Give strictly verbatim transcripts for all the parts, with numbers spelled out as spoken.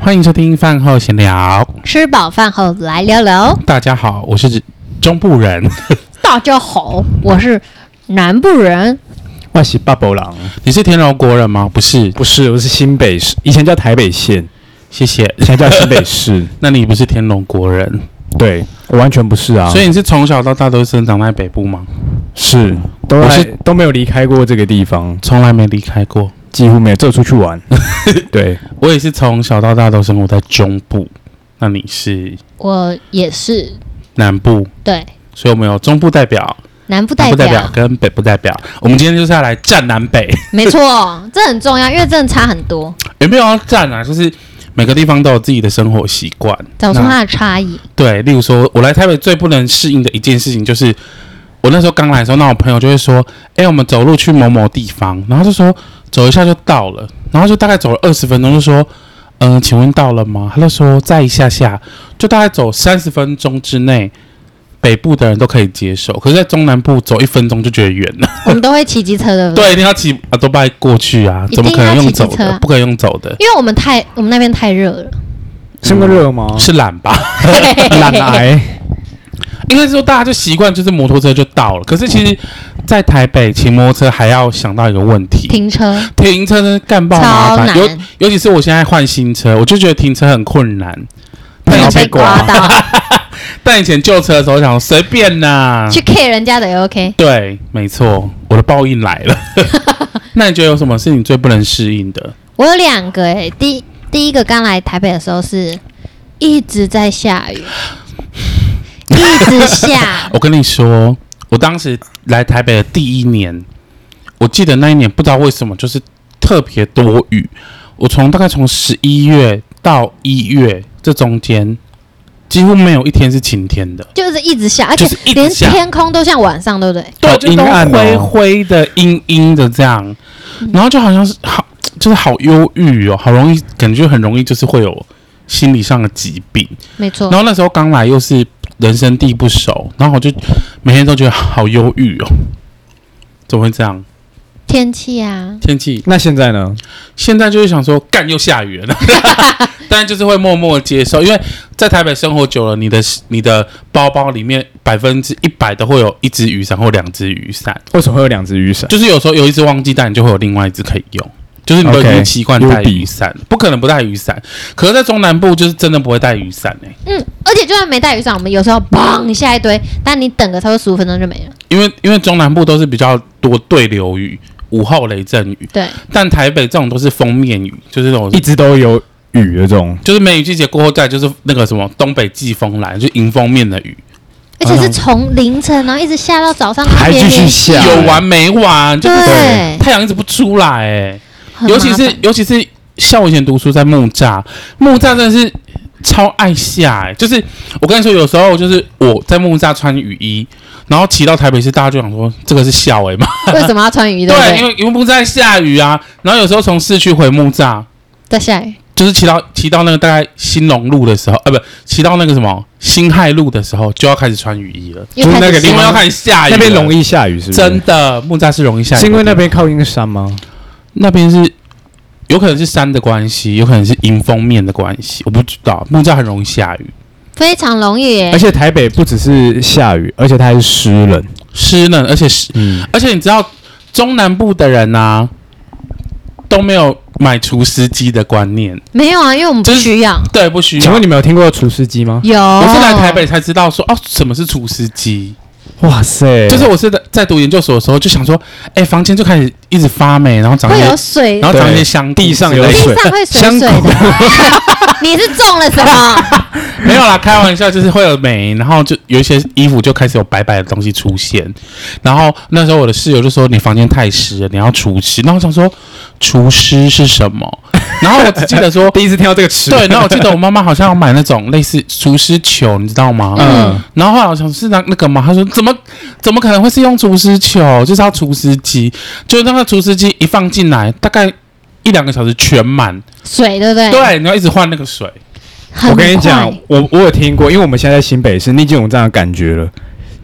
欢迎收听饭后闲聊， 吃饱饭后来聊聊。 大家好，我是中部人。 大家好，我是南部人。 我是北部人。 你是天龙国人吗？不是， 不是，我是新北市，以前叫台北县， 谢谢。 现在叫新北市。 那你不是天龙国人？ 对，我完全不是啊。 所以你是从小到大都生长在北部吗？ 是，都在都没有离开过这个地方， 从来没离开过， 几乎没有，只有出去玩。对， 我也是从小到大都生活在中部。那你是？ 我也是南部。 对， 所以我们有中部代表。 南部代表, 南部代表跟北部代表，我们今天就是要来战南北。 没错，这很重要，因为真的差很多。 也没有要战啊，就是每个地方都有自己的生活习惯， 找出它的差异。 对，例如说，我来台北最不能适应的一件事情就是，我那时候刚来的时候，那我朋友就会说：“哎、欸，我们走路去某某地方。”然后就说走一下就到了，然后就大概走了二十分钟，就说：“嗯、呃，请问到了吗？”他就说：“再一下下。”就大概走三十分钟之内。北部的人都可以接受，可是在中南部走一分钟就觉得远了。 我们都会骑机车的， 对，一定要骑啊，都拜过去啊，怎么可能用走的？啊、不可以用走的， 因为我们太我们那边太热了。 是个热吗？ 是懒吧？ 懒癌。 应该是说大家就习惯就是摩托车就到了，可是其实，在台北骑摩托车还要想到一个问题： 停车。 停车真是干爆麻烦，尤尤其是我现在换新车，我就觉得停车很困难。 但以前刮到。 但以前旧车的时候想随便啦， 去 K 人家的也 OK。 对，没错，我的报应来了。那你觉得有什么是你最不能适应的？ 我有两个诶、欸，第第一个刚来台北的时候是一直在下雨，一直下。 我跟你说，我当时来台北的第一年，我记得那一年不知道为什么就是特别多雨。我从大概从十一月到一月这中间。几乎没有一天是晴天的， 就是一直下，而且连天空都像晚上，对不对？ 对，就都灰灰的、阴阴的这样，然后就好像是好，就是好忧郁哦，好容易感觉很容易就是会有心理上的疾病， 没错。 然后那时候刚来又是人生地不熟，然后我就每天都觉得好忧郁哦，怎么会这样？ 天气啊， 天气。 那现在呢？ 现在就是想说，干又下雨了，但就是会默默接受，因为在台北生活久了，你的你的包包里面百分之一百都会有一只雨伞或两只雨伞。 为什么会有两只雨伞？ 就是有时候有一只忘记带，你就会有另外一只可以用。就是你都已经习惯带雨伞， okay, 不可能不带雨伞。可是，在中南部就是真的不会带雨伞哎。 嗯，而且就算没带雨伞，我们有时候砰下一堆，但你等个差不多十五分钟就没了。 因为因为中南部都是比较多对流雨。午后雷阵雨， 对， 但台北这种都是锋面雨，就是那种一直都有雨的这种， 就是梅雨季节过后再就是那个什么东北季风来，就迎风面的雨， 而且是从凌晨然后一直下到早上， 还继续下， 有完没完，就是对太阳一直不出来、欸，哎，尤其是尤其是像我以前读书在木栅，木栅真的是超爱下、欸，就是我跟你说，有时候就是我在木栅穿雨衣。然后骑到台北市，大家就想说这个是笑哎、欸、嘛？ 为什么要穿雨衣？ 对， 对， 因为因为木栅下雨啊。然后有时候从市区回木栅， 在下雨， 就是骑到骑到那个大概新隆路的时候，呃，不，骑到那个什么辛亥路的时候，就要开始穿雨衣了， 就是那个地方要开始下雨， 那边容易下雨是不是？ 真的，木栅是容易下雨， 是因为那边靠近山吗？ 那边是有可能是山的关系，有可能是迎风面的关系，我不知道。木栅很容易下雨。 非常容易耶， 而且台北不只是下雨，而且它还是湿冷， 湿冷，而且湿，嗯，而且你知道中南部的人啊都没有买除湿机的观念， 没有啊，因为我们不需要， 就是、对，不需要。 请问你们有听过除湿机吗？ 有， 我是来台北才知道说哦，什么是除湿机。 哇塞！ 就是我是在读研究所的时候，就想说，哎、欸，房间就开始一直发霉，然后长一些会有水， 然后长一些香， 地上有水， 地上会水水的。你是中了什么？ 没有啦，开玩笑，就是会有霉，然后就有一些衣服就开始有白白的东西出现。然后那时候我的室友就说：“你房间太湿了，你要除湿。”然后我想说，除湿是什么？然后我只记得说， 第一次听到这个词。 对，然后我记得我妈妈好像要买那种类似除湿球，你知道吗？嗯。然后后来我想是那那个吗？她说怎么怎么可能会是用除湿球？就是要除湿机，就那个除湿机一放进来，大概一两个小时全满水，对不对？ 对，你要一直换那个水。 我跟你讲，我我有听过，因为我们现在在新北市，你已经有这样的感觉了。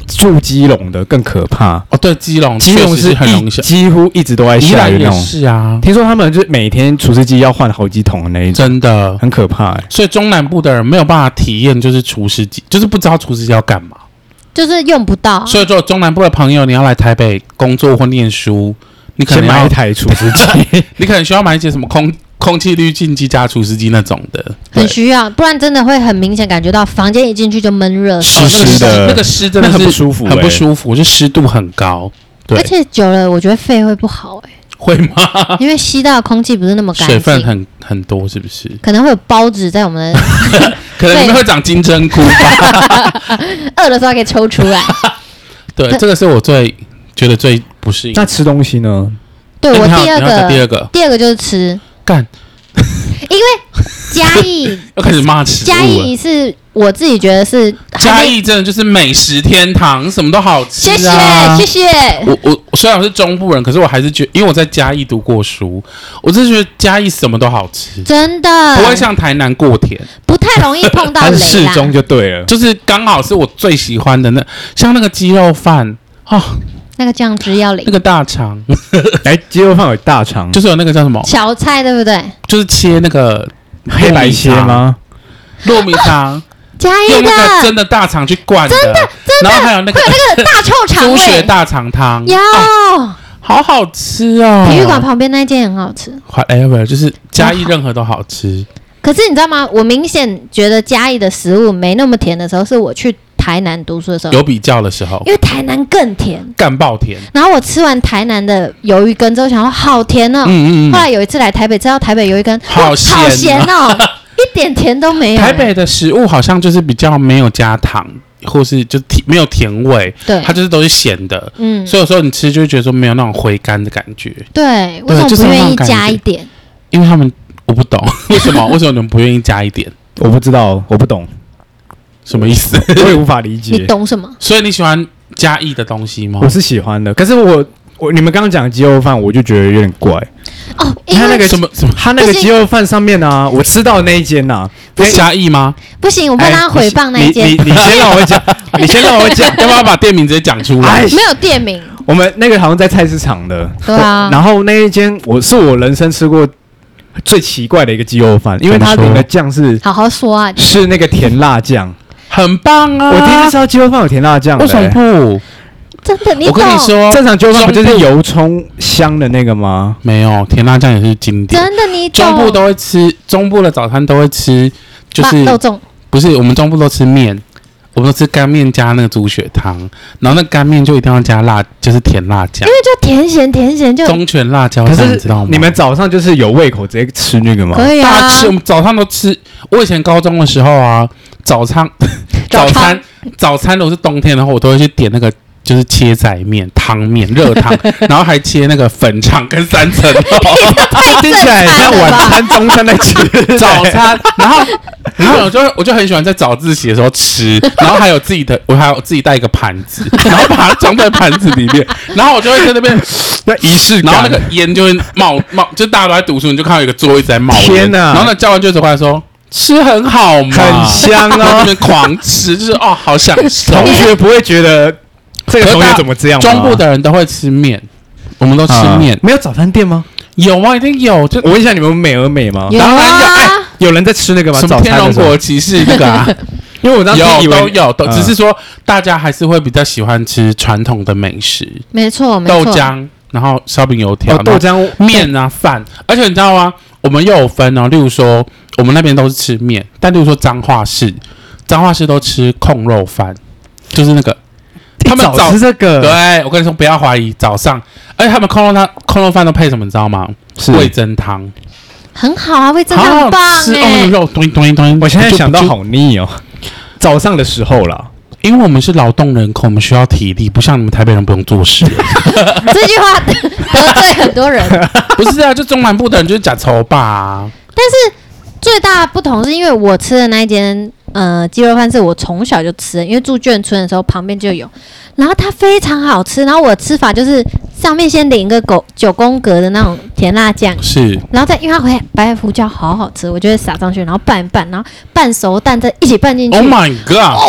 住基隆的更可怕哦。对，基隆， 基隆是很容易， 几乎一直都在下雨那种。 是啊， 听说他们就每天除湿机要换好几桶的那一种， 真的很可怕、欸。 所以中南部的人没有办法体验，就是除湿机，就是不知道除湿机要干嘛， 就是用不到。 所以，如果中南部的朋友你要来台北工作或念书，你可能要买一台除湿机， 你可能需要买一些什么空。空气滤净机加除湿机那种的， 很需要，不然真的会很明显感觉到房间一进去就闷热， 湿湿的， 那个湿真的是很不舒服、欸， 很不舒服，就湿度很高。对， 而且久了我觉得肺会不好哎、欸。 会吗？ 因为吸到的空气不是那么干净， 水分很很多，是不是？ 可能会有孢子在我们的， 可能里面会长金针菇吧。 饿的时候可以抽出来。 对，这个是我最觉得最不适应。 那吃东西呢？ 对我第二个， 第二个， 第二个就是吃。 干， 因为嘉义要开始骂食物了。 嘉义是我自己觉得是嘉义真的就是美食天堂，什么都好吃啊！谢谢谢谢。 我我虽然我是中部人，可是我还是觉得，因为我在嘉义读过书，我真的觉得嘉义什么都好吃， 真的不会像台南过甜， 不太容易碰到雷啦。 适中就对了， 就是刚好是我最喜欢的那，像那个鸡肉饭哦。 那个酱汁要淋， 那个大肠， 哎，鸡肉饭有大肠， 就是有那个叫什么小菜，对不对？ 就是切那个黑白切吗？ 糯米肠， 嘉义的用那个真的大肠去灌的， 真的真的， 然后还有那个会有那个大臭肠味， 猪血大肠汤， 有、 哦，好好吃哦。 体育馆旁边那间很好吃 ，whatever， 就是嘉义任何都好吃。 可是你知道吗？我明显觉得嘉义的食物没那么甜的时候，是我去台南读书的时候， 有比较的时候， 因为台南更甜， 干爆甜。 然后我吃完台南的鱿鱼羹之后，想说好甜哦。嗯嗯嗯。后来有一次来台北，吃到台北鱿鱼羹， 好咸、啊、 好咸哦，一点甜都没有。 台北的食物好像就是比较没有加糖，或是就没有甜味， 对， 它就是都是咸的。嗯，所以有时候你吃就会觉得说没有那种回甘的感觉。 对，为什么不愿意加一点？ 因为他们我不懂为什么，为什么你们不愿意加一点？ 我不知道，我不懂。 什么意思？ 我也无法理解。 你懂什么？ 所以你喜欢嘉义的东西吗？ 我是喜欢的，可是我我你们刚刚讲鸡肉饭，我就觉得有点怪。 哦，因为他那个什么什么， 他那个鸡肉饭上面呢、啊，我吃到的那一间呐、啊， 不是嘉义吗？ 不行，我怕他诽谤那一间。 你你你先让我讲，你先让我讲， 要不要把店名直接讲出来？ 没有店名。 我们那个好像在菜市场的， 对啊。 然后那一间我是我人生吃过最奇怪的一个鸡肉饭，因为它里面的酱是好好说啊， 是那个甜辣酱。 很棒啊！ 我第一次知道鸡肉饭有甜辣酱、欸， 为什么不？ 真的，你我跟你说， 正常鸡肉饭不就是油葱香的那个吗？ 没有，甜辣酱也是经典。 真的，你中部都会吃，中部的早餐都会吃，就是肉粽。 不是，我们中部都吃面，我们都吃干面加那个猪血汤，然后那干面就一定要加辣，就是甜辣酱， 因为就甜咸甜咸就中泉辣椒， 可是你知道吗？ 你们早上就是有胃口直接吃那个吗？ 可以啊， 大吃，我们早上都吃。我以前高中的时候啊，早餐早餐早餐如果是冬天的话，我都会去点那个就是切仔面、汤面、热汤，然后还切那个粉肠跟三层肉， 听起来像晚餐、中餐在吃早餐。然后，然后我就我就很喜欢在早自习的时候吃，然后还有自己的，我还有自己带一个盘子，然后把它装在盘子里面，然后我就会在那边那仪式感， 然后那个烟就会冒冒，就大家都在读书，你就看到有一个桌一直在冒烟。 天哪！ 然后那教官就走过来说。吃很好嘛， 很香哦， 那边狂吃，就是哦，好享受。 同学不会觉得这个同学怎么这样吗？ 中部的人都会吃面，我们都吃面、啊。 没有早餐店吗？ 有啊，一定有。就我问一下，你们美而美吗？ 有啊， 当然有。哎，有人在吃那个吗？ 什么天龙国骑士那个啊？ 因为我当时以为有都有，都、嗯、只是说大家还是会比较喜欢吃传统的美食， 没错，没错。 豆浆，然后烧饼油条、 哦、豆浆、 面啊、饭，而且你知道吗？我们又有分哦，例如说我们那边都是吃面，但例如说彰化市，彰化市都吃控肉饭，就是那个他们早吃这个。 对，我跟你说不要怀疑，早上，而且他们控肉汤、控肉饭都配什么，你知道吗？是味噌汤， 很好啊，味噌汤很棒哎、 欸，哦，那个肉咚咚咚， 我现在想到好腻哦。早上的时候啦。 因为我们是劳动人口，我们需要体力，不像你们台北人不用做事。 这句话得罪很多人。 不是啊，就中南部的人就是假丑霸啊。 但是最大的不同是因为我吃的那一间呃鸡肉饭是我从小就吃的，因为住眷村的时候旁边就有，然后它非常好吃。然后我的吃法就是上面先淋一个九九宫格的那种甜辣酱， 是， 然后再因为它回白胡椒好好吃，我就会撒上去，然后拌一拌，然后半熟蛋再一起拌进去。 Oh my god！ 哦，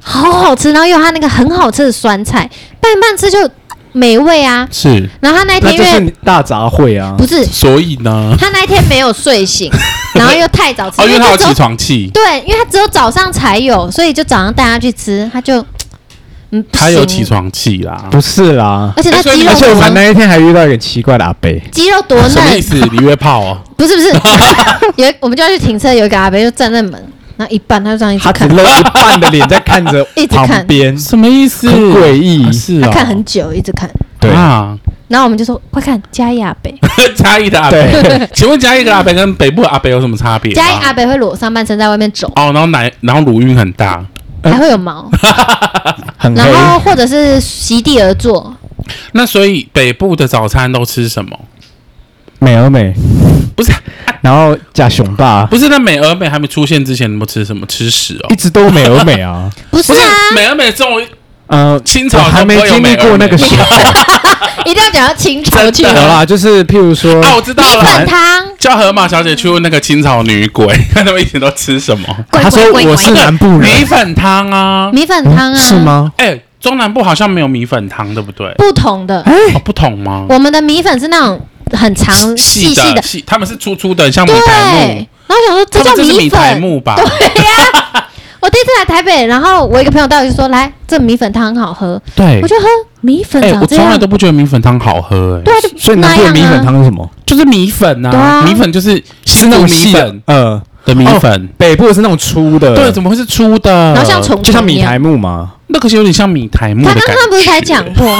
好好吃，然后又有它那个很好吃的酸菜，拌一拌吃就美味啊。 是， 然后他那天因那就是为大杂烩啊， 不是， 所以呢， 他那天没有睡醒，然后又太早吃， 哦，因为他有只有起床气， 对，因为他只有早上才有，所以就早上带他去吃，他就嗯，不行他有起，床气啦。 不是啦。 而且他哎所以肌肉而且我们多那一天还遇到一个奇怪的阿伯， 肌肉多嫩什么意，思？你约炮哦？ 不是不是，有一我们就要去停车，有一个阿伯就站在门，然后一半他就这样一直他只看， 露一半的脸在看着一直看旁边， 什么意思？ 很诡异啊是哦， 他看很久，一直看， 对啊， 然后我们就说快看嘉义阿伯， 嘉义的阿北，请问嘉义的阿北跟北部的阿北有什么差别吗？ 嘉义阿伯会裸上半身在外面走， 哦，然后奶，然后乳晕很大。 还会有毛， 很黑。 然后或者是席地而坐， 那所以北部的早餐都吃什么？ 美而美， 不是， 然后加熊爸， 不是，那美而美还没出现之前，你们吃什么？吃屎哦一！直都美而美啊。 不是不是啊， 美而美这种呃， 清朝我还没经历过那个时候。 一定要讲到清朝去真的有啦，就是譬如说， 啊，我知道米粉了。 汤， 叫河马小姐去问那个清朝女鬼，看他们以前都吃什么？ 他说我是南部人， 米粉汤啊， 米粉汤啊， 是？吗？ 哎、中南部好像没有米粉汤，对不对？ 不同的， 哦，不同吗？ 我们的米粉是那种很长细细的， 的细，他们是粗粗的，像米对。 苔木。 然后我想说这他叫们这是米苔粉， 木吧？ 对呀。我第一次来台北，然后我一个朋友带我就说：“来，这米粉汤很好喝。” 对我。就喝米粉哎、 长这样我从来都，不觉得米粉汤好喝、哎， 对啊，就所以南部的米粉汤是什么？ 就是米粉对啊， 啊米粉就是是那种米细的粉， 呃， 的米粉。 北部的是那种粗的， 对，怎么会是粗的？ 然后像重就像米一样苔木嘛。 那个是有点像米苔木他的感觉。 刚刚不是才讲过，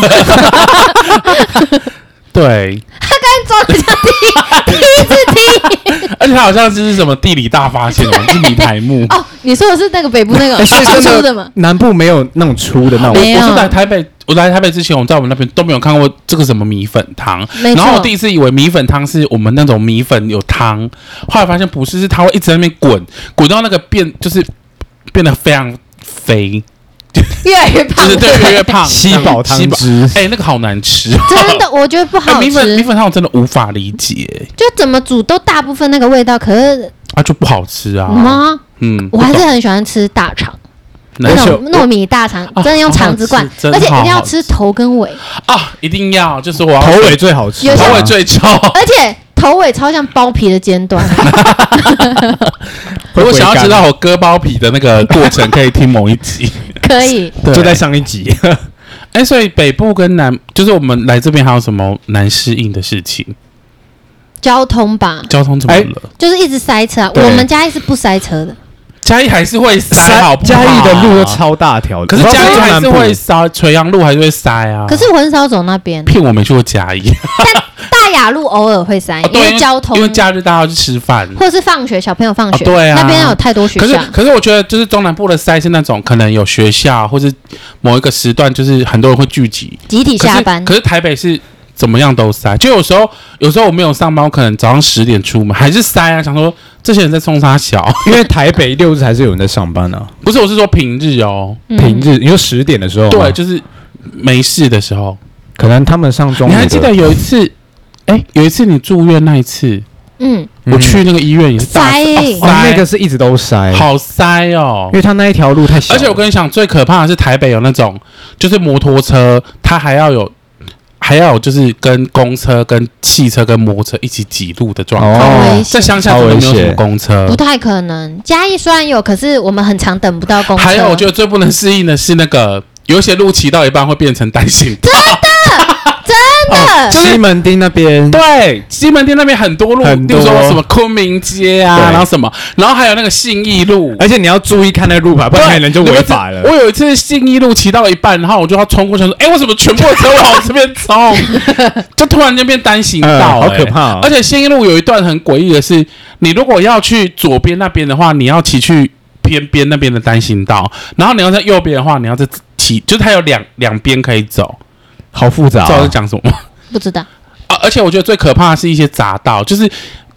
对， 装的像第第一次听而且它好像是什么地理大发现哦，是米苔木。 哦。你说的是那个北部那个哎，所以粗真粗的吗？ 南部没有那种粗的那种。 没有我是来台北，我来台北之前，我在我们那边都没有看过这个什么米粉汤。 没错然后我第一次以为米粉汤是我们那种米粉有汤，后来发现不是，是它会一直在那边滚，滚到那个变就是变得非常肥， 越来越就胖， 是对越来越胖， 吸饱汤吸饱汁， 哎、那个好难吃， 真的，我觉得不哎好米粉米吃。 粉汤我真的无法理解， 就怎么煮都大部分那个味道，可是啊就不好吃啊。 吗？ 嗯， 我还是不懂很喜欢吃大肠， 那那而且种糯米大肠， 哦真的用肠子灌好好吃，真而且一定要好好吃头跟尾， 啊，一定要就是我要头尾最好吃啊， 有些头尾最臭。 而且头尾超像包皮的尖端。 如果想要知道我割包皮的那个过程，可以听某一集。 可以， 对就在上一集。 哎，所以北部跟南，就是我们来这边还有什么难适应的事情？ 交通吧， 交通怎么了？ 就是一直塞车啊。 对我们家是不塞车的， 嘉义还是会塞，好不好？ 嘉义的路都，超大条的， 可是嘉义还是会会塞，垂杨路还是会塞啊。 可是我很少走那边。 骗我没去过嘉义， 大雅路偶尔会塞， 哦因对为交通， 因为假日大家要去吃饭。 或者是放学，小朋友放学， 哦对啊那边有太多学可是校。 可是我觉得就是中南部的塞是那种可能有学校或是某一个时段，就是很多人会聚集集体可是下班可是台北是怎么样都塞，就有时候有时候我没有上班，我可能早上十点出门还是塞啊，想说这些人在冲啥小？ 因为台北六日还是有人在上班啊， 不是，我是说平日哦， 嗯平日你说十点的时候吗， 对，就是没事的时候。 可能他们上中午的， 你还记得有一次，哎，有一次你住院那一次， 嗯， 嗯我去那个医院也是大塞哦哦，那个是一直都塞， 好塞哦因。为他那一条路太小了， 而且我跟你讲，最可怕的是台北有那种，就是摩托车，它还要有，还要有就是跟公车、跟汽车、跟摩托车一起挤路的状况。 好哦危，险， 在乡下根本没有什么公车不。太可能。嘉义虽然有，可是我们很常等不到公车。 还有，我觉得最不能适应的是那个，有一些路骑到一半会变成单行道。 真的就是西门町那边， 对，西门町那边很多路， 很多比如说什么昆明街啊， 对然后什么，然后还有那个信义路。 而且你要注意看那个路牌，不然可能就违法了。 我有一次信义路骑到一半，然后我就要冲过去说：“哎、为什么全部的车往这边冲？”就突然间变单行道、 嗯好哎可怕哦而且信义路有一段很诡异的是，你如果要去左边那边的话，你要骑去偏边那边的单行道，然后你要在右边的话，你要在骑，就是它有两两边可以走。 好复杂、 知道我在哦， 讲什么吗？ 不知道， 啊，而且我觉得最可怕的是一些匝道，就是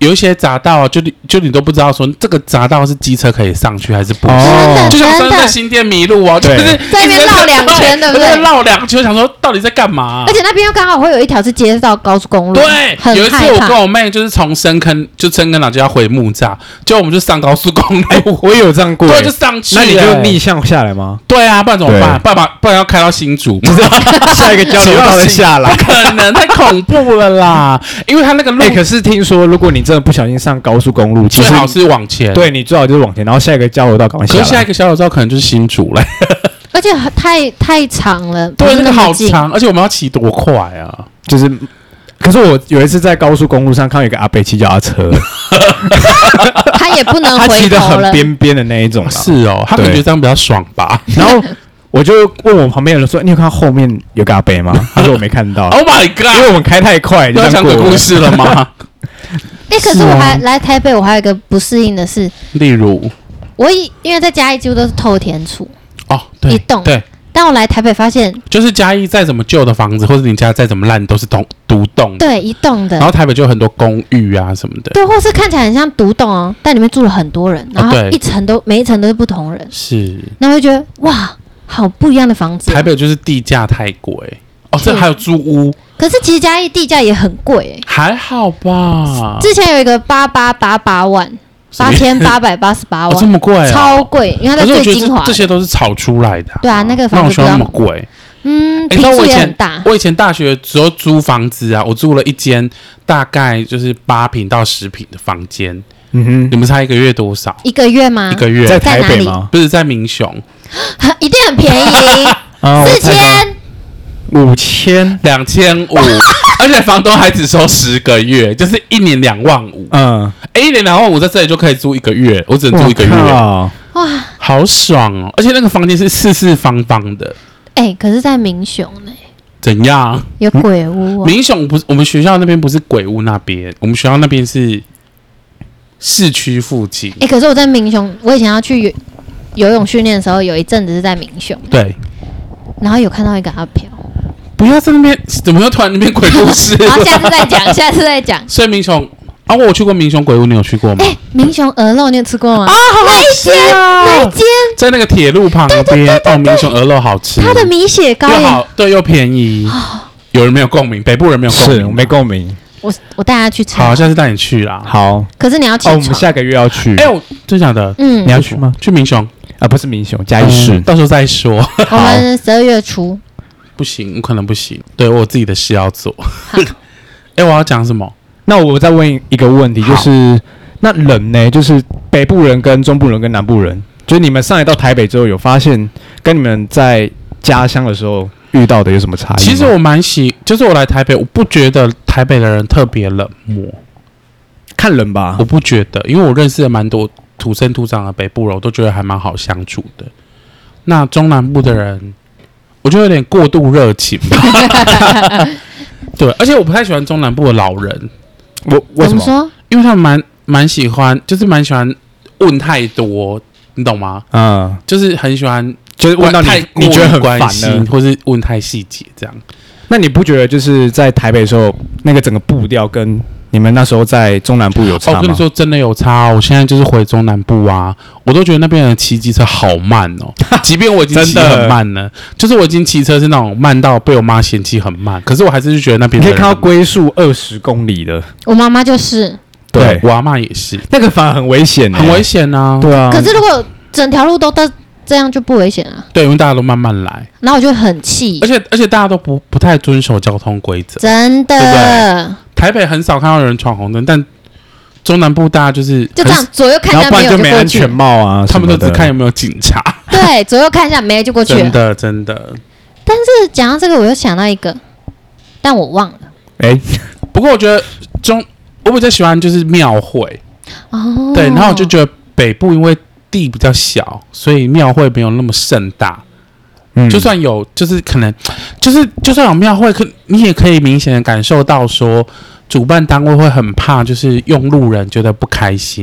有一些匝道，就你就你都不知道说这个匝道是机车可以上去还是不行， 哦、 就像在新店迷路哦，就是在那边绕两圈，对不对？ 绕两圈，想说到底在干嘛、啊？ 而且那边又刚好会有一条是接到高速公路， 对，有一次我跟我妹就是从深坑就深坑港就要回木栅，结果我们就上高速公路， 欸、我也有这样过， 对，就上去， 那你就逆向下来吗？ 对啊，不然怎么办？爸爸不然要开到新竹， 下一个交流道再下来， 不可能，太恐怖了啦！因为他那个路， 哎、欸，可是听说如果你真的不小心上高速公路，其实最好是往前， 对你最好就是往前，然后下一个交流道赶快下来。 可是下一个交流道可能就是新竹了， 而且太太长了， 对，那个好长，而且我们要骑多快啊！ 就是，可是我有一次在高速公路上看到有一个阿伯骑脚踏车， 他也不能回头了， 他骑得很边边的那一种， 是哦，他感觉这样比较爽吧？ 然后。我就问我旁边的人说：“你有看到后面有个阿伯吗？”他说：“我没看到。” Oh my god！ 因为我们开太快，就要讲鬼故事了吗？ 哎、欸，可是我还来台北，我还有一个不适应的是， 例如， 我以因为在嘉义几乎都是透天厝哦，对， 一栋对。 但我来台北发现， 就是嘉义再怎么旧的房子，或者你家再怎么烂，都是独独栋， 对，一栋的。 然后台北就有很多公寓啊什么的， 对，或是看起来很像独栋哦，但里面住了很多人，然后一层都、哦、每一层都是不同人， 是， 然后就觉得哇。好不一样的房子， 台北就是地价太贵哦，这还有租屋。 可是其实嘉义地价也很贵， 还好吧？ 之前有一个八八八八万，八千八百八十八万， 哦，这么贵、啊， 超贵，因为它在最精华。 这些都是炒出来的、啊。 对啊，那个房子那我那么贵。 嗯， 你知道我以前大我以前大学只有租房子啊，我租了一间大概就是八坪到十坪的房间。嗯哼，你们猜一个月多少？ 一个月吗？ 一个月在台北吗？ 不是在民雄， 一定很便宜，四千、 五千、 两千五，而且房东还只收十个月，就是一年两万五。嗯，哎，一年两万五在这里就可以租一个月，我只能租一个月。哇，好爽哦！而且那个房间是四四方方的。 哎、欸，可是，在民雄呢、欸？ 怎样？ 有鬼屋、哦？ 民雄不是我们学校那边，不是鬼屋那边，我们学校那边是。市区附近， 哎、欸，可是我在民雄，我以前要去游游泳训练的时候，有一阵子是在民雄， 对， 然后有看到一个阿飘， 不要在那边，怎么又突然那边鬼故事？ 好，下次再讲，下次再讲。 所以民雄啊，我有去过民雄鬼屋，你有去过吗？ 哎、欸，民雄鹅肉你有吃过吗？ 啊，好好吃啊！ 哪一间？ 在那个铁路旁边哦，民雄鹅肉好吃， 它的米血糕又好，对，又便宜。有人没有共鸣，北部人没有共鸣， 是没共鸣。 我我带他去吃， 好，下次带你去啦。 好， 可是你要起床。哦，我们下个月要去。 哎、欸，我真的假的？ 嗯， 你要去吗？ 去民雄啊，不是民雄，嘉义市、嗯， 到时候再说。 我们十二月初。 不行，可能不行。对我有自己的事要做。哎欸，我要讲什么？ 那我再问一个问题，就是那人呢？就是北部人跟中部人跟南部人，就是你们上来到台北之后，有发现跟你们在家乡的时候遇到的有什么差异？ 其实我蛮喜，就是我来台北，我不觉得台北的人特别冷漠， 看人吧， 我不觉得，因为我认识了蛮多土生土长的北部人，我都觉得还蛮好相处的。那中南部的人，我觉得有点过度热情吧。对，而且我不太喜欢中南部的老人。 我为什么？ 怎么说？ 因为他们蛮蛮喜欢，就是蛮喜欢问太多，你懂吗？嗯，就是很喜欢。 就是问到你，你觉得很烦呢， 或是问太细节这样。 那你不觉得就是在台北的时候，那个整个步调跟你们那时候在中南部有差吗？ 哦、我跟你说，真的有差、哦。我现在就是回中南部啊，我都觉得那边人骑机车好慢哦。即便我已经骑很慢了，就是我已经骑车是那种慢到被我妈嫌弃很慢，可是我还是觉得那边你可以看到龟速二十公里的。 我妈妈就是， 对，对我阿嬷也是， 那个反而很危险、欸， 很危险啊。 对啊。 可是如果整条路都都这样就不危险啊。 对，因为大家都慢慢来， 然后我就很气， 而且而且大家都不不太遵守交通规则， 真的。 对不对？台北很少看到有人闯红灯，但中南部大家就是就这样左右看一下没有就过去， 然后不然就没安全帽啊， 他们都只看有没有警察。 对，左右看一下没就过去了， 真的真的。 但是讲到这个，我又想到一个，但我忘了。 哎、欸， 不过我觉得中我比较喜欢就是庙会哦，对，然后我就觉得北部因为地比较小，所以庙会没有那么盛大。嗯，就算有，就是可能，就是就算有庙会，可你也可以明显的感受到说，主办单位会很怕，就是用路人觉得不开心。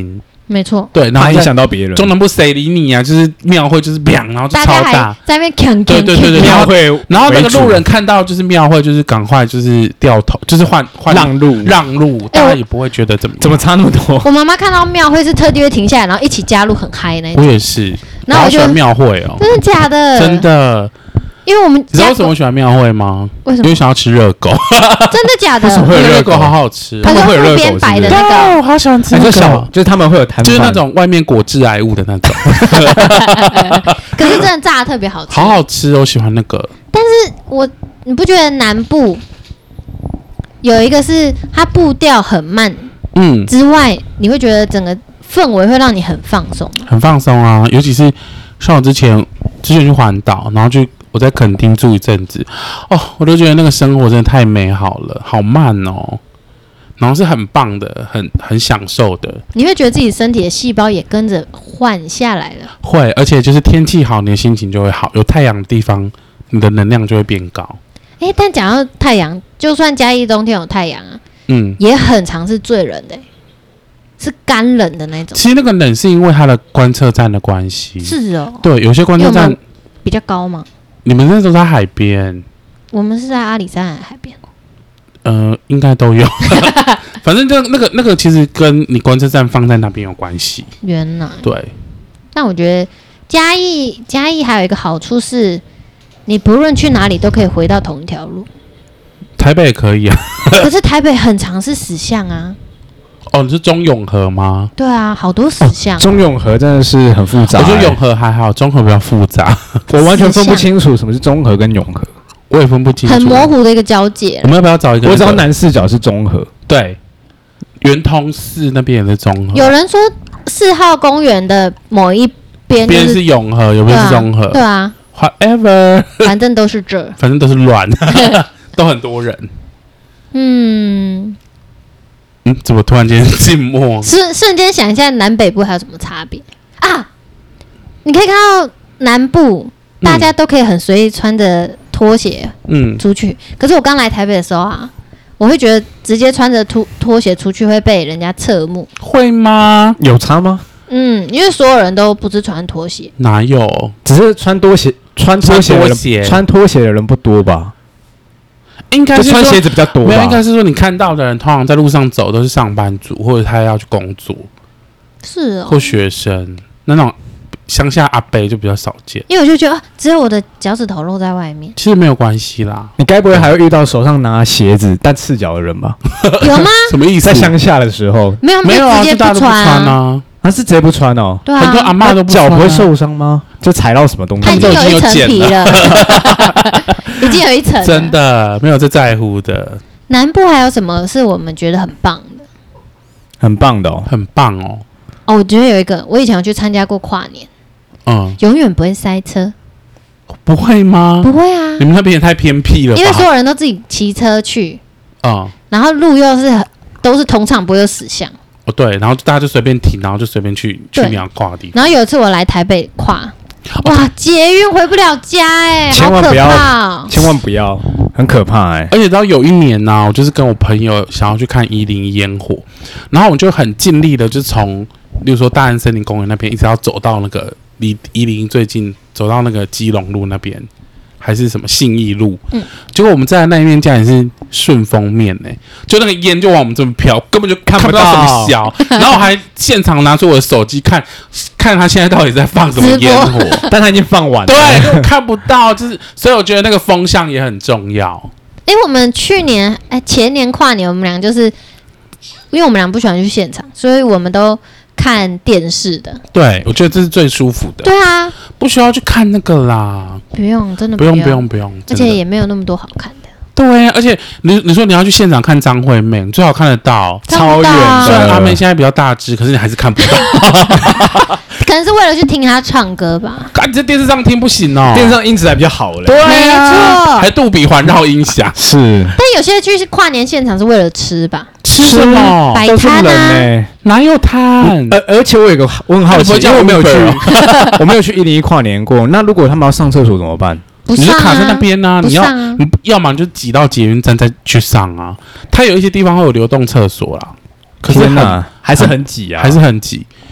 没错。 对，然后怕影响到别人。 中南部谁理你啊？就是庙会就是砰，然后就大家还超大， 在那边扛对对对对， 庙会， 然后那个路人看到就是庙会，就是赶快就是掉头，就是换换让路让路，大家也不会觉得怎么样怎么差那么多？ 我妈妈看到庙会是特地会停下来，然后一起加入，很嗨那一种。 我也是， 然后我就喜欢庙会哦， 真的假的？ 真的。 因为我们你知道为什么我喜欢庙会吗？ 为什么？ 因为想要吃热狗。 真的假的？ 为什么会有热狗？ 热狗好好吃， 它是路边摆的那个， 我好喜欢吃那个小，就是他们会有摊贩， 就是那种外面裹致癌物的那种。 可是真的炸的特别好吃， 好好吃，我喜欢那个。 但是我你不觉得南部有一个是它步调很慢，嗯，之外，你会觉得整个氛围会让你很放松， 很放松啊。尤其是像我之前之前去环岛，然后去我在垦丁住一阵子，哦，我都觉得那个生活真的太美好了，好慢哦，然后是很棒的，很很享受的。 你会觉得自己身体的细胞也跟着缓下来了， 会，而且就是天气好，你的心情就会好，有太阳的地方，你的能量就会变高。 哎、欸，但讲到太阳，就算嘉义冬天有太阳啊，嗯，也很常是最冷的、欸，是干冷的那种。 其实那个冷是因为它的观测站的关系。 是哦， 对，有些观测站比较高吗？ 你们那时候在海边， 我们是在阿里山海边。 呃，应该都有，反正就那个那个，其实跟你观测站放在那边有关系。 原来对， 但我觉得嘉义嘉义还有一个好处是，你不论去哪里都可以回到同一条路。 台北也可以啊， 可是台北很常是死巷啊。 哦，你是中永和吗？ 对啊，好多死巷、哦。 中永和真的是很复杂、欸。 我觉得永和还好，中和比较复杂。 我完全分不清楚什么是中和跟永和， 我也分不清楚， 很模糊的一个交界。 我们要不要找一个、那個？ 我知道南四角是中和， 对，圆通寺那边也是中和。 有人说四号公园的某一边、就是， 边是永和，有边是中和。 对啊 ，whatever， 反正都是这， 反正都是乱，都很多人。 嗯。 嗯，怎么突然间静默？ 瞬瞬间想一下，南北部还有什么差别啊？你可以看到南部大家都可以很随意穿着拖鞋嗯出去，可是我刚来台北的时候啊，我会觉得直接穿着拖拖鞋出去会被人家侧目。 会吗？ 有差吗？ 嗯，因为所有人都不是穿拖鞋， 哪有？ 只是穿拖鞋穿拖鞋的人穿拖鞋的人不多吧？ 应该是穿鞋子比较多吧， 没有，应该是说你看到的人通常在路上走都是上班族，或者他要去工作， 是哦， 或学生，那种乡下阿伯就比较少见。 因为我就觉得、啊、只有我的脚趾头露在外面， 其实没有关系啦。 你该不会还会遇到手上拿鞋子但赤脚的人吧？ 有吗？ 什么意思？ 在乡下的时候没有没有啊， 直接不穿啊。 他、啊、是直接不穿哦， 对啊， 很多阿嬷都不穿、啊， 脚不会受伤吗？就踩到什么东西？ 他已经有一层皮了，已經有一層， 真的沒有在在乎的。 南部還有什麼是我們覺得很棒的？ 很棒的哦， 很棒哦。 哦，我覺得有一個，我以前有去參加過跨年，嗯，永遠不會塞車。 不會嗎？ 不會啊， 你們那邊也太偏僻了吧？ 因為所有人都自己騎車去， 嗯， 然後路又是都是通暢，不會有死巷。 哦，對，然後大家就隨便停，然後就隨便去去你要跨的地方。 然後有一次我來台北跨，哇，捷運回不了家哎、欸， 千萬不要， 好可怕哦、 千萬不要，很可怕哎、欸。 而且到有一年呢、啊，我就是跟我朋友想要去看一零一煙火，然後我就很盡力的，就從，例如說大安森林公園那邊，一直要走到那個離一零一最近，走到那個基隆路那邊。還是什麼信義路，嗯，結果我們在那一面竟然是順風面呢、欸，就那個煙就往我們這邊飄，根本就看不到什麼小，然後我還現場拿出我的手機看，看他現在到底在放什麼煙火， 但他已經放完了， 對，看不到，就是，所以我覺得那個風向也很重要。 哎、欸，我們去年哎、欸、前年跨年，我們倆就是因為我們倆不喜歡去現場，所以我們都看電視的。 對，我覺得這是最舒服的。 對啊， 不需要去看那個啦， 不用，真的不用，不用，不用， 而且也沒有那麼多好看的。 對啊，而且你你說你要去現場看張惠妹，你最好看得到， 超遠的。 雖然阿妹現在比較大隻，可是你還是看不到。 可能是為了去聽她唱歌吧。 啊，你在電視上聽不行哦， 電視上音質還比較好嘞。 對啊， 沒錯， 還杜比環繞音響。 是。 但有些去跨年現場是為了吃吧？ 吃什麼？ 擺攤啊？ 欸、 哪有攤？ 而而且我有個我很好奇，因為我沒有去，我沒有去一零一跨年過。那如果他們要上廁所怎麼辦？ 不上啊、 你就卡在那邊啊！你要啊你要麼就擠到捷運站再去上啊。它有一些地方會有流動廁所啦，可是呢還是很擠啊， 還是很擠。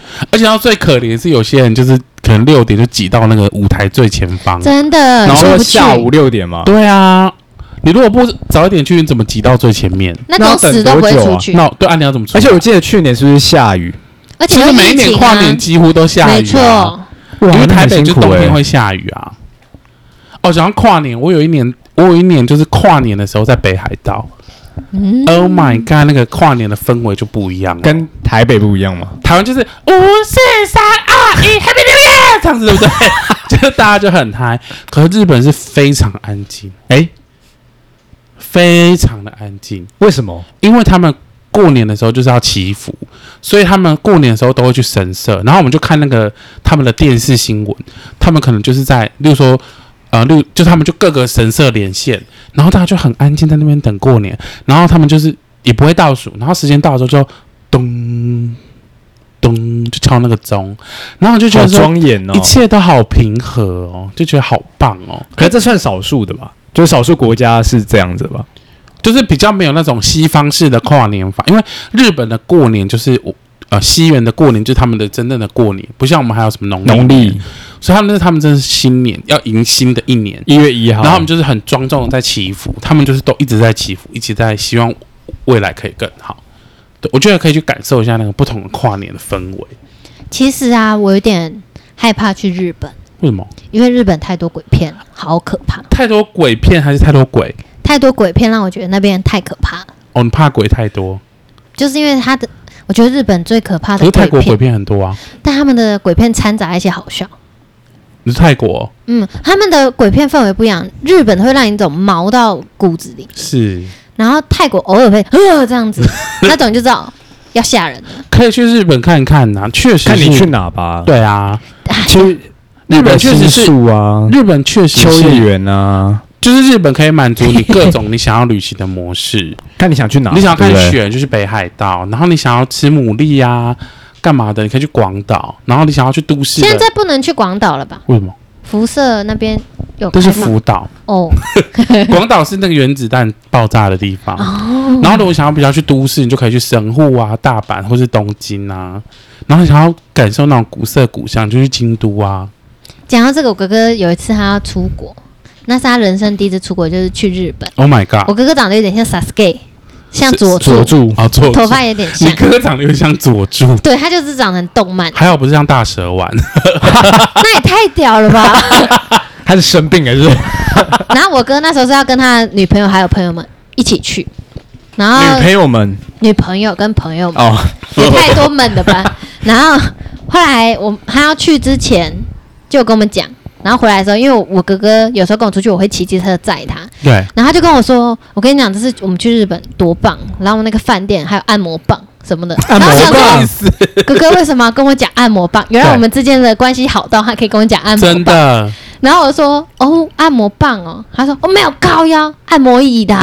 而且到最可怜是有些人就是可能六点就挤到那个舞台最前方， 真的， 然后出不去下午六点嘛， 对啊，你如果不早一点去，你怎么挤到最前面？ 那种死都不会出去。 那对啊，你要怎么出？ 而且我记得去年是不是下雨？ 而且就是每一年跨年几乎都下雨、啊， 没错， 因为台北就冬天会会下雨啊。哦，讲到跨年，我有一年，我有一年就是跨年的时候在北海道。嗯、Oh my god， 那个跨年的氛围就不一样了， 跟台北不一样嘛。 台湾就是五四三二一 Happy New Year 这样子，对不对？就是大家就很嗨。可是日本是非常安静，哎、欸，非常的安静。 为什么？ 因为他们过年的时候就是要祈福，所以他们过年的时候都会去神社。然后我们就看那个他们的电视新闻，他们可能就是在，例如说。呃，例如就他们就各个神社连线，然后大家就很安静在那边等过年，然后他们就是也不会倒数，然后时间到的时候就咚咚就敲那个钟，然后就觉得庄严哦， 一切都好平和哦，就觉得好棒哦。 可是这算少数的吧？就是少数国家是这样子吧？ 就是比较没有那种西方式的跨年法，因为日本的过年就是呃西元的过年就是他们的真正的过年，不像我们还有什么农农历。 所以他们那他们真是新年要迎新的一年， 一月一号， 然后他们就是很庄重的在祈福，他们就是都一直在祈福，一直在希望未来可以更好。对，我觉得可以去感受一下那个不同的跨年的氛围。 其实啊，我有点害怕去日本。 为什么？ 因为日本太多鬼片了，好可怕。 太多鬼片还是太多鬼？ 太多鬼片让我觉得那边太可怕了。 哦，你怕鬼太多？ 就是因为他的，我觉得日本最可怕的鬼片，可是泰国鬼片很多啊， 但他们的鬼片掺杂一些好笑。 你是泰国、哦？ 嗯，他们的鬼片氛围不一样，日本会让你走毛到骨子里， 是。 然后泰国偶尔会呃这样子，那种就知道要吓人了。 可以去日本看看呐、啊，确实。 看你去哪吧。 对啊， 其实日本确实是啊， 日本确实是秋叶原啊， 就是日本可以满足你各种你想要旅行的模式。 看你想去哪， 你想要看雪就去北海道，然后你想要吃牡蛎啊。干嘛的？你可以去广岛，然后你想要去都市的。 现在不能去广岛了吧？ 为什么？ 辐射那边有这是福岛哦， 广岛是那个原子弹爆炸的地方。哦、然后如果想要比较去都市，你就可以去神户啊、大阪或是东京啊。然后想要感受那种古色古香，就去京都啊。 讲到这个，我哥哥有一次他要出国，那是他人生第一次出国，就是去日本。 Oh my god！ 我哥哥长得有点像 Sasuke。像佐佐助啊，佐助头发有点像。 你哥哥长得有点像佐助， 对他就是长得很动漫。 还好不是像大蛇丸， 那也太屌了吧！ 他是生病还是？ 然后我哥那时候是要跟他女朋友还有朋友们一起去，然后女朋友们、 女朋友跟朋友们哦， 也太多门了吧？然后后来我他要去之前就跟我们讲。然后回来的时候，因为我哥哥有时候跟我出去，我会骑机车载他。 对。 然后他就跟我说：“我跟你讲，这是我们去日本多棒，然后那个饭店还有按摩棒什么的。” 按摩棒。 哥哥为什么要跟我讲按摩棒？原来我们之间的关系好到他可以跟我讲按摩棒。 真的。 然后我说：“哦，按摩棒哦。”他说：“哦，没有高腰按摩椅的。”然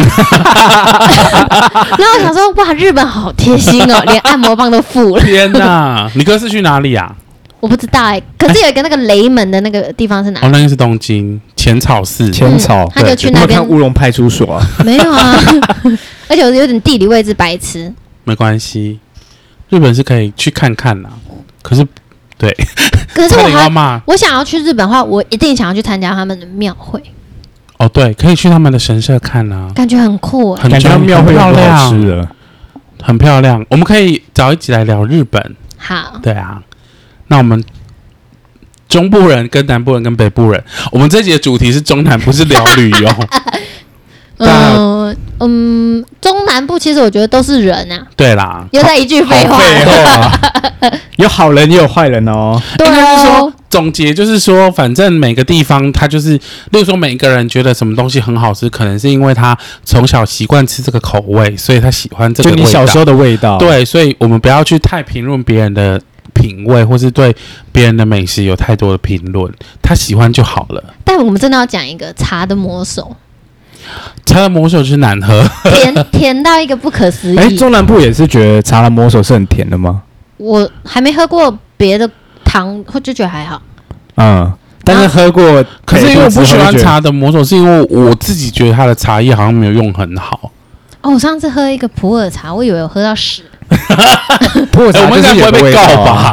后我想说：“哇，日本好贴心哦，连按摩棒都付了。” 天哪！你哥是去哪里啊？ 我不知道哎、欸，可是有一个那个雷门的那个地方是哪？ 哦，那个是东京浅草寺。 浅草、嗯， 他就去那边。 看乌龙派出所啊？ 没有啊，而且我有点地理位置白痴。 没关系，日本是可以去看看啦。可是，对， 可是我还我想要去日本的话，我一定想要去参加他们的庙会。 哦，对，可以去他们的神社看啊， 感觉很酷、欸， 很感觉庙会漂亮， 吃的很漂亮。我们可以找一集来聊日本。 好， 对啊。那我们中部人跟南部人跟北部人，我们这集的主题是中南部，是聊旅游。 嗯嗯，中南部其实我觉得都是人啊。 对啦， 又在一句废话。 废话有好人也有坏人哦。 对哦。总结就是说，反正每个地方它就是，例如说每个人觉得什么东西很好吃，可能是因为他从小习惯吃这个口味，所以他喜欢这个味道。 就你小时候的味道。 对，所以我们不要去太评论别人的品味，或是对别人的美食有太多的评论，他喜欢就好了。 但我们真的要讲一个茶的魔手， 茶的魔手就是难喝， 甜甜到一个不可思议。 哎，中南部也是觉得茶的魔手是很甜的吗？ 我还没喝过别的糖，我就觉得还好。 嗯，但是喝过， 可是因为我不喜欢茶的魔手，是因为我自己觉得它的茶叶好像没有用很好。 哦，我上次喝一个普洱茶，我以为我喝到屎。 普洱茶、欸、 我们应该不会被告吧？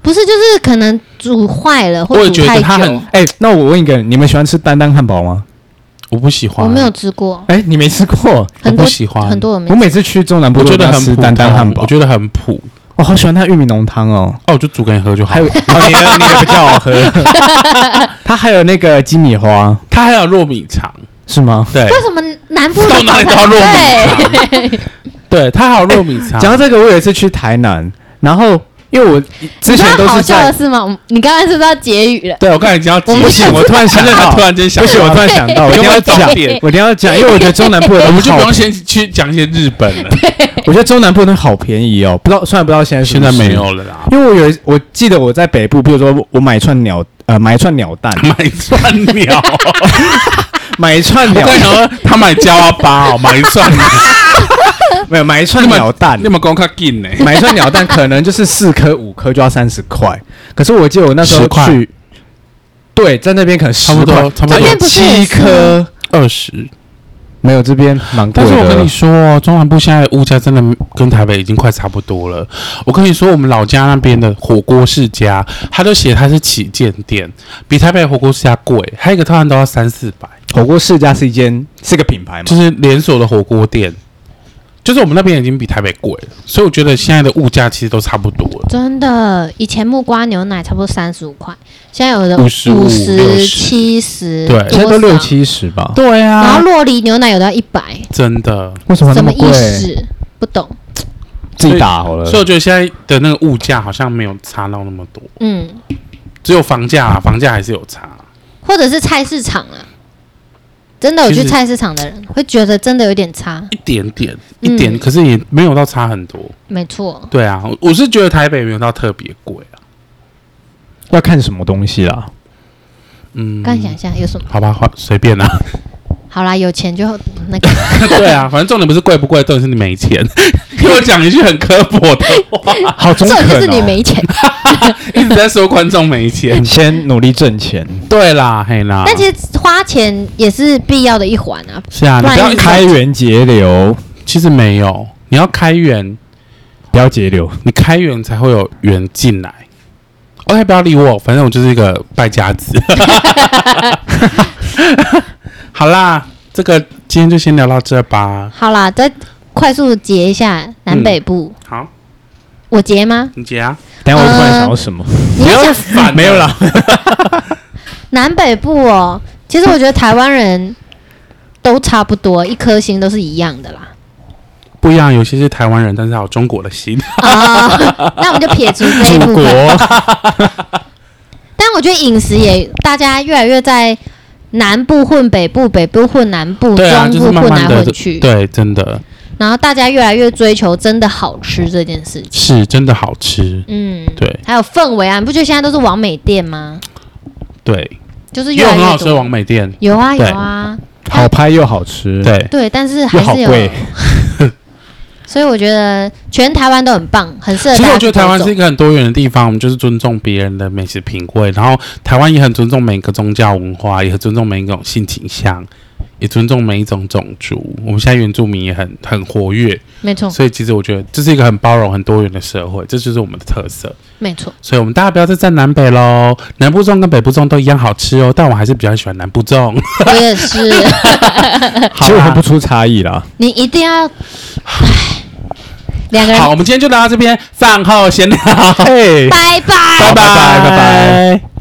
不是，就是可能煮坏了或我也煮太觉得它很久。 哎、那我问一个，你们喜欢吃丹丹汉堡吗？ 我不喜欢， 我没有吃过， 哎、你没吃过？ 我很多不喜欢很多人没我每次去中南部我都觉得很普要吃丹丹汉通， 堡， 我觉得很普。 我好喜欢它玉米浓汤哦。 哦，我就煮给你喝就好还有，。哦，你的你的比较好喝。它还有那个鸡米花， 它还有糯米肠， 是吗？ 对为什么南部到哪里都要糯米对， 对，它还有糯米肠。 讲到这个，我有一次去台南，然后因为我之前都是你知道好笑的在， 是吗？你刚刚是不是要结语了？ 对我刚才已经要我们不行，我突然想到， 他突然间想不行，我突然想到，我一定要讲，我一定要讲，因为我觉得中南部的我们就不东西好用先去讲一些日本了， 我觉得中南部的东西好便宜哦，不知道虽然不知道现在是不是现在没，有了啦。 因为我有一我记得我在北部，比如说我买一串鸟呃买一串鸟蛋， 买串鸟， 买一串我鸟跟你说，他买焦阿巴哦，买一串鸟， 没有买一串鸟蛋你，有没有讲较紧呢？ 买一串鸟蛋可能就是四颗五颗就要三十块，可是我记得我那时候十块去，对，在那边可能差不多十块差不多它有这边不是也七是颗， 二十。 没有这边蛮贵的。 但是我跟你说哦，中南部现在的物价真的跟台北已经快差不多了。我跟你说，我们老家那边的火锅世家，他都写它是旗舰店，比台北的火锅世家贵，还有一个套餐都要三四百， 火锅世家是一间是个品牌嘛， 就是连锁的火锅店。就是我们那边已经比台北贵了，所以我觉得现在的物价其实都差不多了。 真的，以前木瓜牛奶差不多三十五块，现在有的五十五五十、 六十七十， 对现在都六。七十吧。 对然后啊， 洛梨牛奶有的要一百， 真的。 为什么那什么意么贵？ 思？不懂。 自己打好了。 所以我觉得现在的那个物价好像没有差到那么多， 嗯， 只有房价啊，房价还是有差。 或者是菜市场啊，真的有其实去菜市场的人会觉得真的有点差。 一点点， 嗯一点，可是也没有到差很多。 没错， 对啊，我是觉得台北没有到特别贵啊。 要看什么东西啦。 嗯， 刚想一下有什么。 好吧，换随便啦。 好啦，有钱就那个。 对啊，反正重点不是贵不贵，重点是你没钱。给我讲一句很刻薄的话， 好中肯哦。 这就是你没钱。 一直在说观众没钱。 先努力挣钱， 对啦，嘿啦。 但其实花钱也是必要的一环啊。 是啊，你不然一直不要开开，源节流， 其实没有，你要开源， 不要节流。 你开源才会有源进来。OK， 不要理我，反正我就是一个败家子。好啦，这个今天就先聊到这吧。 好啦，再快速截一下南北部。 好， 我截吗？ 你姐啊， 等一下我突然想到什么？ 不要你想反没有啦。 南北部哦，其实我觉得台湾人都差不多，一颗心都是一样的啦。 不一样，有些是台湾人，但是还有中国的心。 啊、那我们就撇除这一祖国部分。但我觉得饮食也，大家越来越在南部混北部，北部混南部， 对啊，就是中部混慢慢的来混去。 对，真的然后大家越来越追求真的好吃这件事情。 是真的好吃。 嗯， 对还有氛围啊，你不觉得现在都是网美店吗？ 对， 就是也越来越多。 有很好吃的王美店。 有啊有对啊， 好拍又好吃，， 对， 对，但是还是有。 又好贵。 所以我觉得全台湾都很棒，很适合大家其实我觉得台湾走走是一个很多元的地方，我们就是尊重别人的美食品味，然后台湾也很尊重每个宗教文化，也很尊重每一种性倾向，也尊重每一种种族。我们现在原住民也很很活跃， 没错所以其实我觉得这是一个很包容、很多元的社会，这就是我们的特色。 没错。 所以我们大家不要再站南北喽，南部粽跟北部粽都一样好吃哦，但我还是比较喜欢南部粽。 我也是， 好啦其实我分不出差异啦。 你一定要，唉两个人好，我们今天就聊到这边，饭后闲聊， 嘿， 拜拜拜拜拜拜拜。